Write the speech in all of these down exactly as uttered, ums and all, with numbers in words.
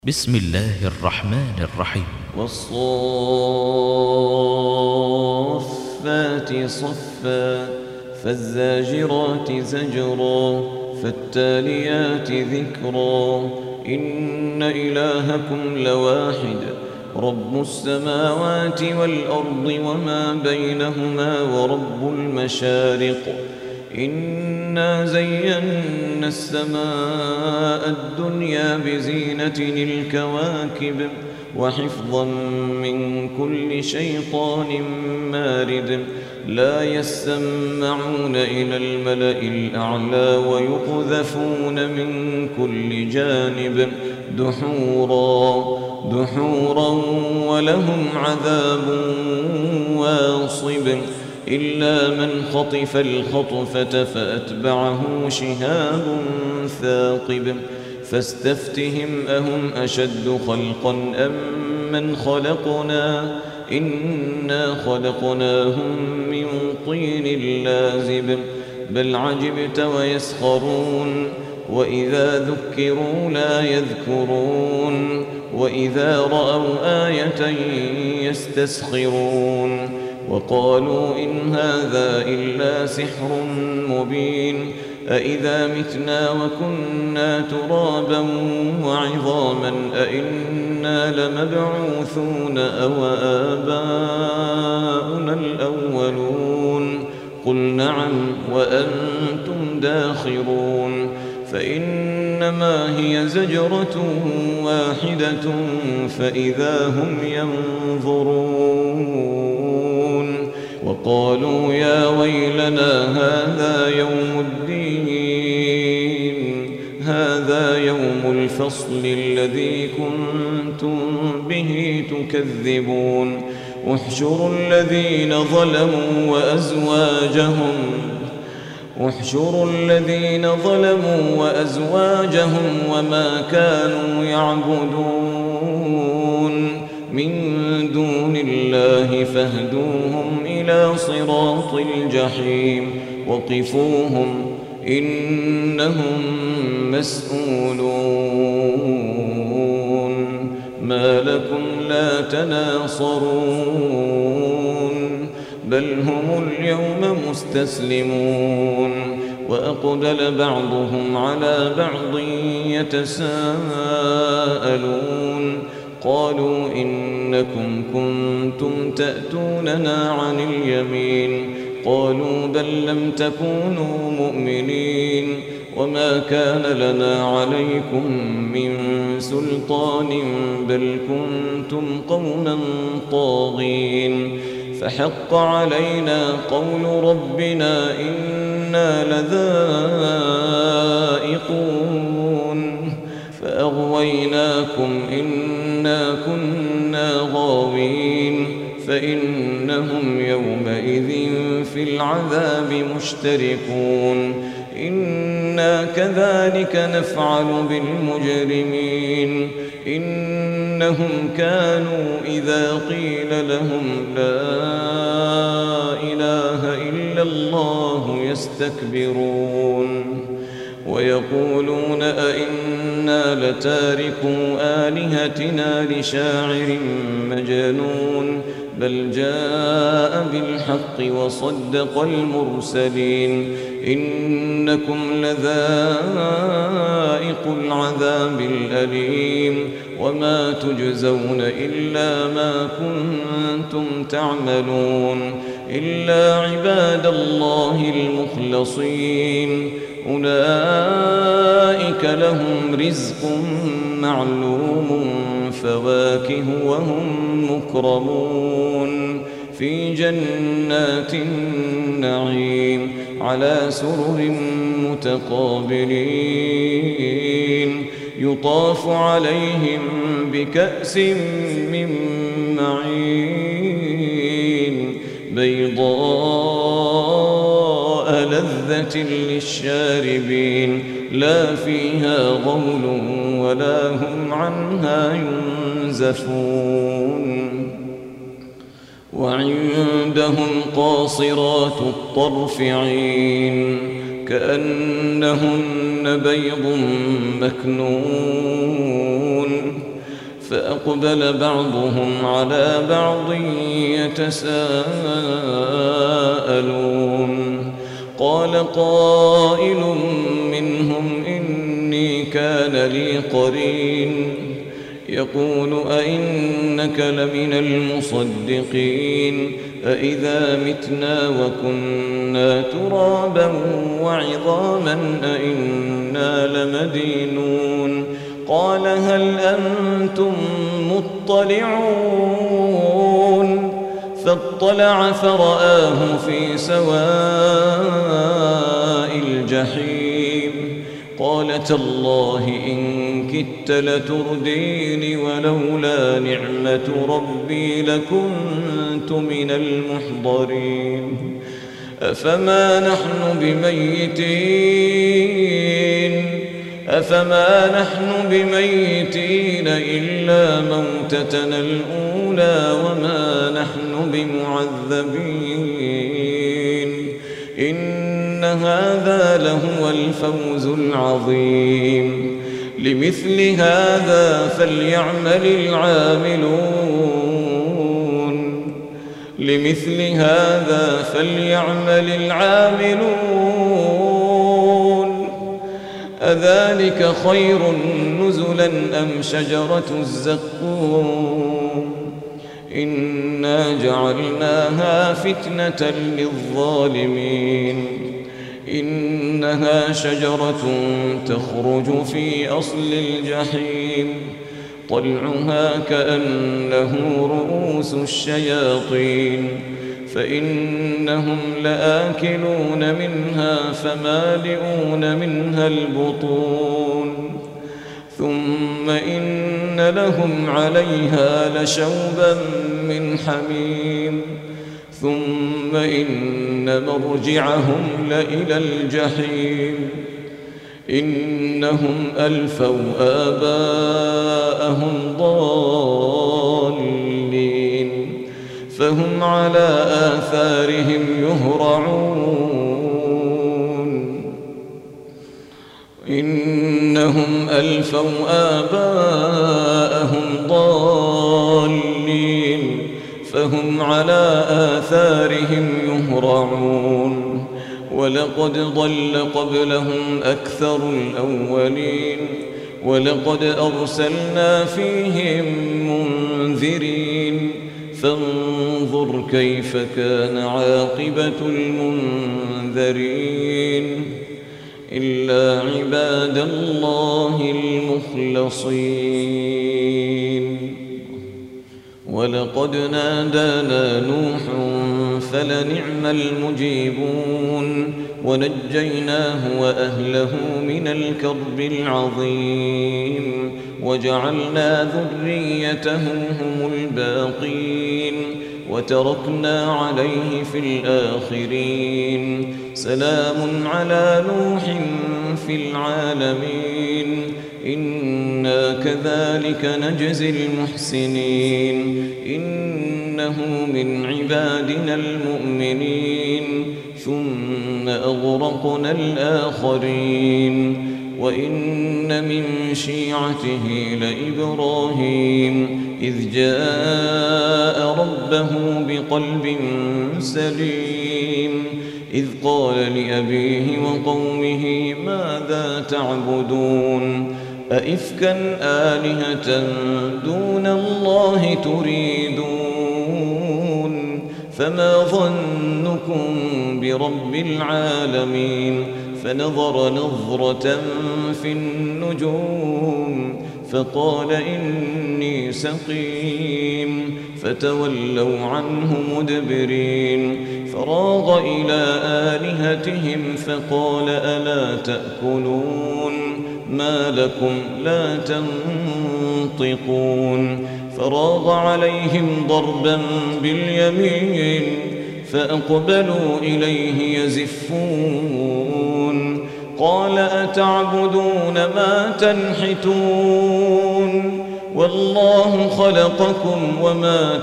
بسم الله الرحمن الرحيم. والصافات صفا فالزاجرات زجرا فالتاليات ذكرا إن إلهكم لواحد رب السماوات والأرض وما بينهما ورب المشارق إنا زينا السماء الدنيا بزينة الكواكب وحفظا من كل شيطان مارد لا يسمعون إلى الملأ الأعلى ويقذفون من كل جانب دحورا دحورا ولهم عذاب واصب إلا من خطف الخطفة فأتبعه شهاب ثاقب فاستفتهم أهم أشد خلقا أم من خلقنا إنا خلقناهم من طين لازب بل عجبت ويسخرون وإذا ذكروا لا يذكرون وإذا رأوا آية يستسخرون وقالوا إن هذا إلا سحر مبين أإذا متنا وكنا ترابا وعظاما أإنا لمبعوثون أو آباؤنا الأولون قل نعم وأنتم داخرون فإنما هي زجرة واحدة فإذا هم ينظرون وقالوا يا ويلنا هذا يوم الدين هذا يوم الفصل الذي كنتم به تكذبون احشروا الذين ظلموا وأزواجهم احشروا الذين ظلموا وأزواجهم وما كانوا يعبدون من دون الله فاهدوهم إلى صراط الجحيم وقفوهم إنهم مسؤولون ما لكم لا تناصرون بل هم اليوم مستسلمون وأقبل بعضهم على بعض يتساءلون قالوا إنكم كنتم تأتوننا عن اليمين قالوا بل لم تكونوا مؤمنين وما كان لنا عليكم من سلطان بل كنتم قوما طاغين فحق علينا قول ربنا إنا لذائقون فأغويناكم إنا كنا غاوين فإنهم يومئذ في العذاب مشتركون إنا كذلك نفعل بالمجرمين إنهم كانوا إذا قيل لهم لا إله إلا الله يستكبرون ويقولون أئنا لتاركو آلهتنا لشاعر مجنون بل جاء بالحق وصدق المرسلين إنكم لذائق العذاب الأليم وما تجزون إلا ما كنتم تعملون إلا عباد الله المخلصين أولئك لهم رزق معلوم فواكه وهم مكرمون في جنات النعيم على سرر متقابلين يطاف عليهم بكأس من معين بيضاء لذة للشاربين لا فيها غول ولا هم عنها ينزفون وعندهم قاصرات الطرف عين كأنهن بيض مكنون فأقبل بعضهم على بعض يتساءلون قال قائل منهم إني كان لي قرين يقول أئنك لمن المصدقين أئذا متنا وكنا ترابا وعظاما أئنا لمدينون قال هل أنتم مطلعون فاطلع فرآه في سواء الجحيم قال تالله إن كدت لتردين ولولا نعمة ربي لكنت من المحضرين أفما نحن بميتين أفما نحن بميتين إلا موتتنا الأولى وما نحن بمعذبين إن هذا لهو الفوز العظيم لمثل هذا فليعمل العاملون لمثل هذا فليعمل العاملون أذلك خير نزلا أم شجرة الزقوم إنا جعلناها فتنة للظالمين إنها شجرة تخرج في أصل الجحيم طلعها كأنه رؤوس الشياطين فإنهم لآكلون منها فمالئون منها البطون ثم إن لهم عليها لشوبا من حميم ثم إن مرجعهم لإلى الجحيم إنهم ألفوا آباءهم ضالين فهم على آثارهم يهرعون إنهم ألفوا آباءهم ضالين فهم على آثارهم يهرعون ولقد ضل قبلهم أكثر الأولين ولقد أرسلنا فيهم منذرين فانظر كيف كان عاقبة المنذرين إلا عباد الله المخلصين ولقد نادانا نوح فلنعم المجيبون ونجيناه وأهله من الكرب العظيم وجعلنا ذريته هم الباقين وتركنا عليه في الآخرين سلام على نوح في العالمين إنا كذلك نجزي المحسنين إنه من عبادنا المؤمنين ثم أغرقنا الآخرين وإن من شيعته لإبراهيم إذ جاء ربه بقلب سليم إذ قال لأبيه وقومه ماذا تعبدون أئفكا آلهة دون الله تريدون فما ظنكم برب العالمين فنظر نظرة في النجوم فقال إني سقيم فتولوا عنه مدبرين فراغ إلى آلهتهم فقال ألا تأكلون ما لكم لا تنطقون فراغ عليهم ضربا باليمين فأقبلوا إليه يزفون قال أتعبدون ما تنحتون والله خلقكم وما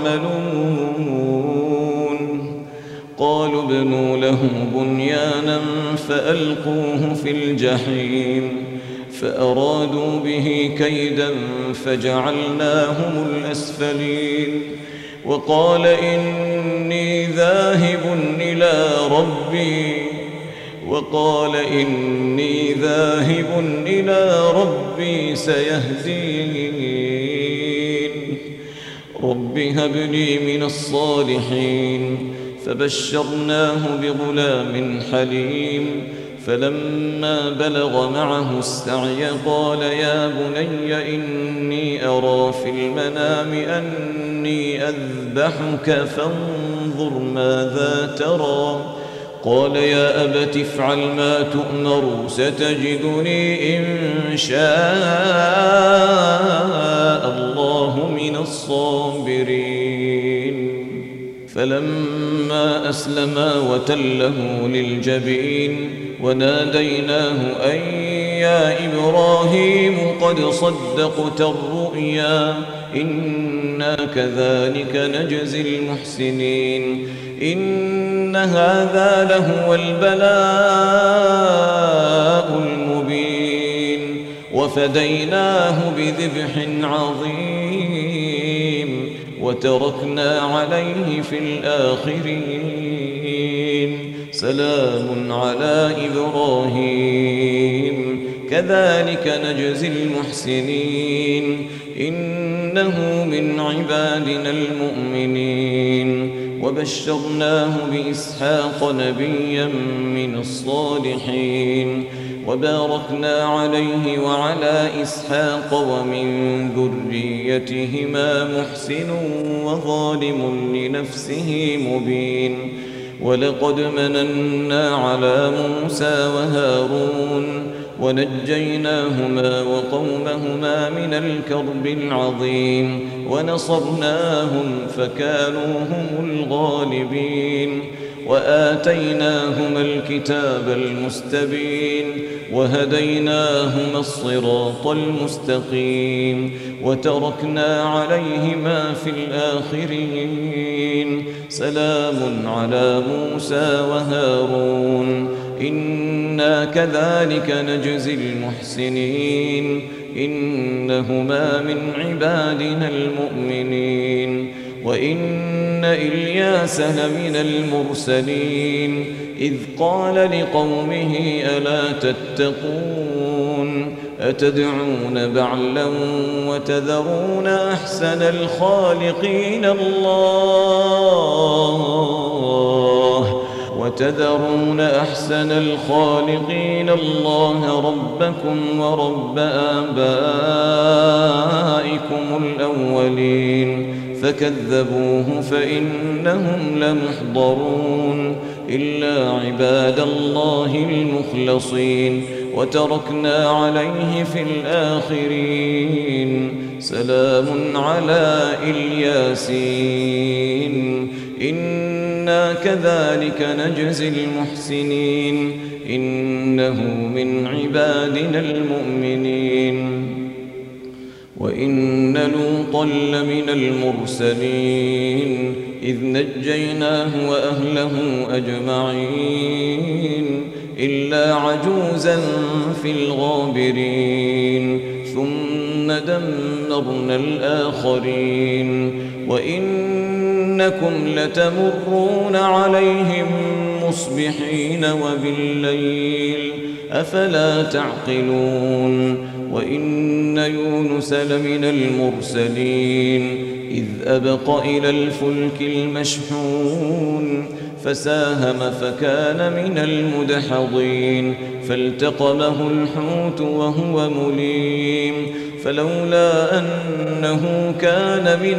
تعملون قالوا ابنوا له بنيانا فألقوه في الجحيم فأرادوا به كيدا فجعلناهم الأسفلين وقال إني ذاهب إلى ربي وقال إني ذاهب إلى ربي سيهدين رب هب لي من الصالحين فبشرناه بغلام حليم فلما بلغ معه السعي قال يا بني إني أرى في المنام أني أذبحك فانظر ماذا ترى قال يا أبت افعل ما تؤمر ستجدني إن شاء الله من الصابرين فلما أسلما وتله للجبين وناديناه أن يا إبراهيم قد صدقت الرؤيا إنا كذلك نجزي المحسنين إن هذا لهو البلاء المبين وفديناه بذبح عظيم وتركنا عليه في الآخرين سلام على إبراهيم كذلك نجزي المحسنين إنه من عبادنا المؤمنين وبشرناه بإسحاق نبيا من الصالحين وباركنا عليه وعلى إسحاق ومن ذريتهما محسن وظالم لنفسه مبين ولقد مننا على موسى وهارون ونجيناهما وقومهما من الكرب العظيم ونصرناهم فكانوا هم الغالبين وآتيناهما الكتاب المستبين وهديناهما الصراط المستقيم وتركنا عليهما في الآخرين سلام على موسى وهارون إنا كذلك نجزي المحسنين إنهما من عبادنا المؤمنين وإن إلياس لمن المرسلين إذ قال لقومه ألا تتقون أتدعون بعلا وتذرون أحسن الخالقين الله وتذرون أحسن الخالقين الله ربكم ورب آبائكم الأولين فكذبوه فإنهم لمحضرون إلا عباد الله المخلصين وتركنا عليه في الآخرين سلام على الياسين إنا كذلك نجزي المحسنين إنه من عبادنا المؤمنين وإن لوطا لمن المرسلين إذ نجيناه وأهله أجمعين إلا عجوزا في الغابرين ثم دمرنا الآخرين وإنكم لتمرون عليهم مصبحين وبالليل أفلا تعقلون وإن يونس لمن المرسلين إذ أبق إلى الفلك المشحون فساهم فكان من المدحضين فالتقمه الحوت وهو مليم فلولا أنه كان من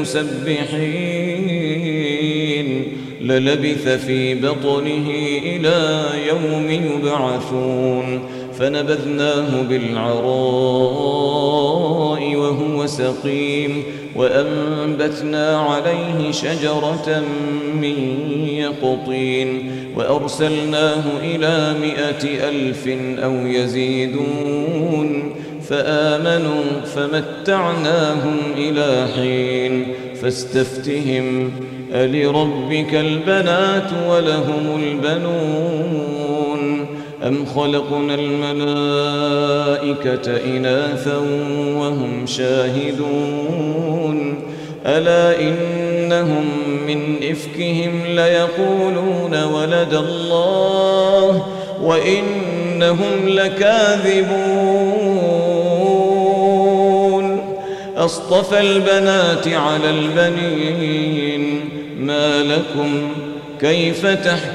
المسبحين للبث في بطنه إلى يوم يبعثون فنبذناه بالعراء وهو سقيم وأنبتنا عليه شجرة من يقطين وأرسلناه إلى مائة ألف أو يزيدون فآمنوا فمتعناهم إلى حين فاستفتهم ألربك البنات ولهم البنون أم خلقنا الملائكة إناثا وهم شاهدون ألا إنهم من إفكهم ليقولون ولد الله وإنهم لكاذبون أصطفى البنات على البنين ما لكم كيف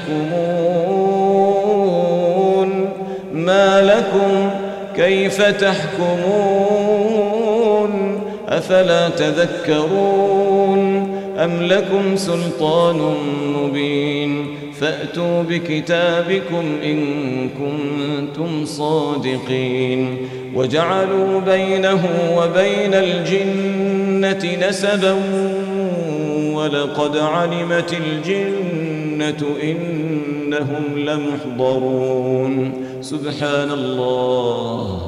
تحكمون ما لكم كيف تحكمون أفلا تذكرون أم لكم سلطان مبين فأتوا بكتابكم إن كنتم صادقين وجعلوا بينه وبين الجنة نسبا ولقد علمت الجنة إنهم لمحضرون سبحان الله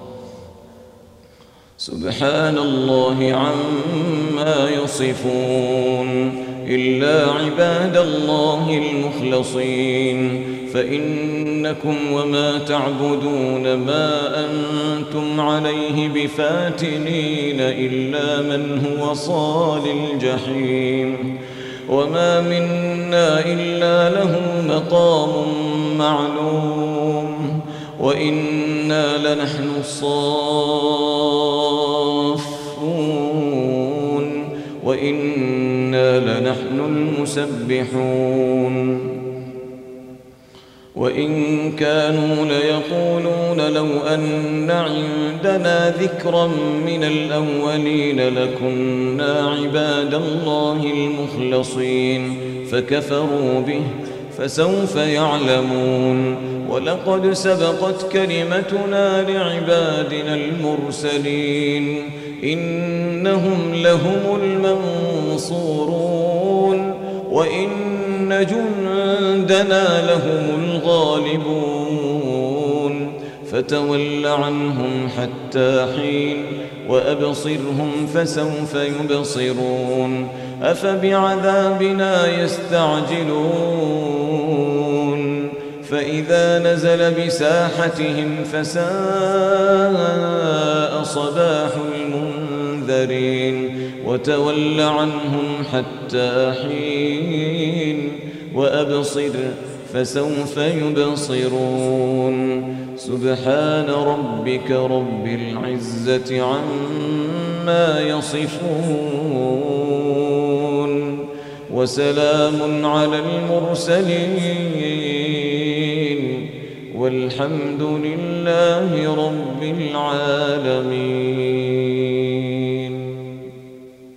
سبحان الله عما يصفون إلا عباد الله المخلصين فإنكم وما تعبدون ما أنتم عليه بفاتنين إلا من هو صال الجحيم وما منا إلا له مقام معلوم وإنا لنحن الصافون وإنا لنحن المسبحون وإن كانوا ليقولون لو أن عندنا ذكرا من الأولين لكنا عباد الله المخلصين فكفروا به فسوف يعلمون ولقد سبقت كلمتنا لعبادنا المرسلين إنهم لهم المنصورون وإن جندنا لهم الغالبون فتول عنهم حتى حين وأبصرهم فسوف يبصرون أفبعذابنا يستعجلون فإذا نزل بساحتهم فساء صباح المنذرين وتول عنهم حتى حين وأبصر فسوف يبصرون سبحان ربك رب العزة عما يصفون وسلام على المرسلين والحمد لله رب العالمين.